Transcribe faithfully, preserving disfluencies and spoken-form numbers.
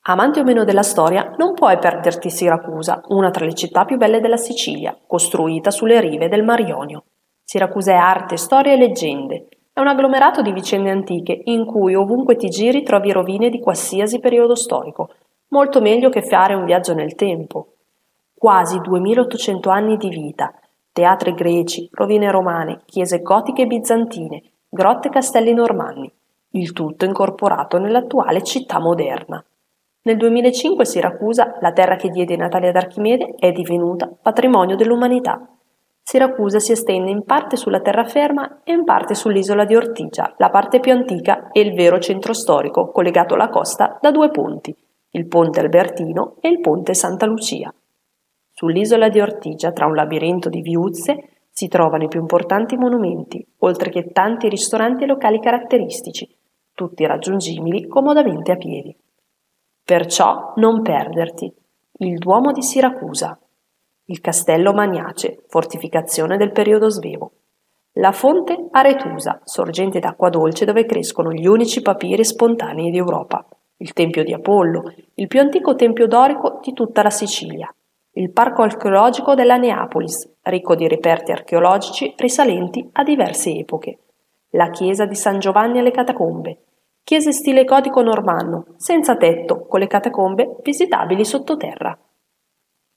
Amante o meno della storia, non puoi perderti Siracusa, una tra le città più belle della Sicilia, costruita sulle rive del Mar Ionio. Siracusa è arte, storia e leggende. È un agglomerato di vicende antiche in cui ovunque ti giri trovi rovine di qualsiasi periodo storico, molto meglio che fare un viaggio nel tempo. Quasi duemilaottocento anni di vita, teatri greci, rovine romane, chiese gotiche e bizantine, grotte e castelli normanni, il tutto incorporato nell'attuale città moderna. Nel duemilacinque Siracusa, la terra che diede i natali ad Archimede, è divenuta patrimonio dell'umanità. Siracusa si estende in parte sulla terraferma e in parte sull'isola di Ortigia, la parte più antica e il vero centro storico, collegato alla costa da due ponti, il ponte Albertino e il ponte Santa Lucia. Sull'isola di Ortigia, tra un labirinto di viuzze, si trovano i più importanti monumenti, oltre che tanti ristoranti e locali caratteristici, tutti raggiungibili comodamente a piedi. Perciò non perderti il Duomo di Siracusa, il Castello Magnace, fortificazione del periodo svevo, la fonte Aretusa, sorgente d'acqua dolce dove crescono gli unici papiri spontanei d'Europa, il Tempio di Apollo, il più antico tempio dorico di tutta la Sicilia, il Parco archeologico della Neapolis, ricco di reperti archeologici risalenti a diverse epoche, la chiesa di San Giovanni alle Catacombe, chiese stile gotico normanno, senza tetto, con le catacombe visitabili sottoterra.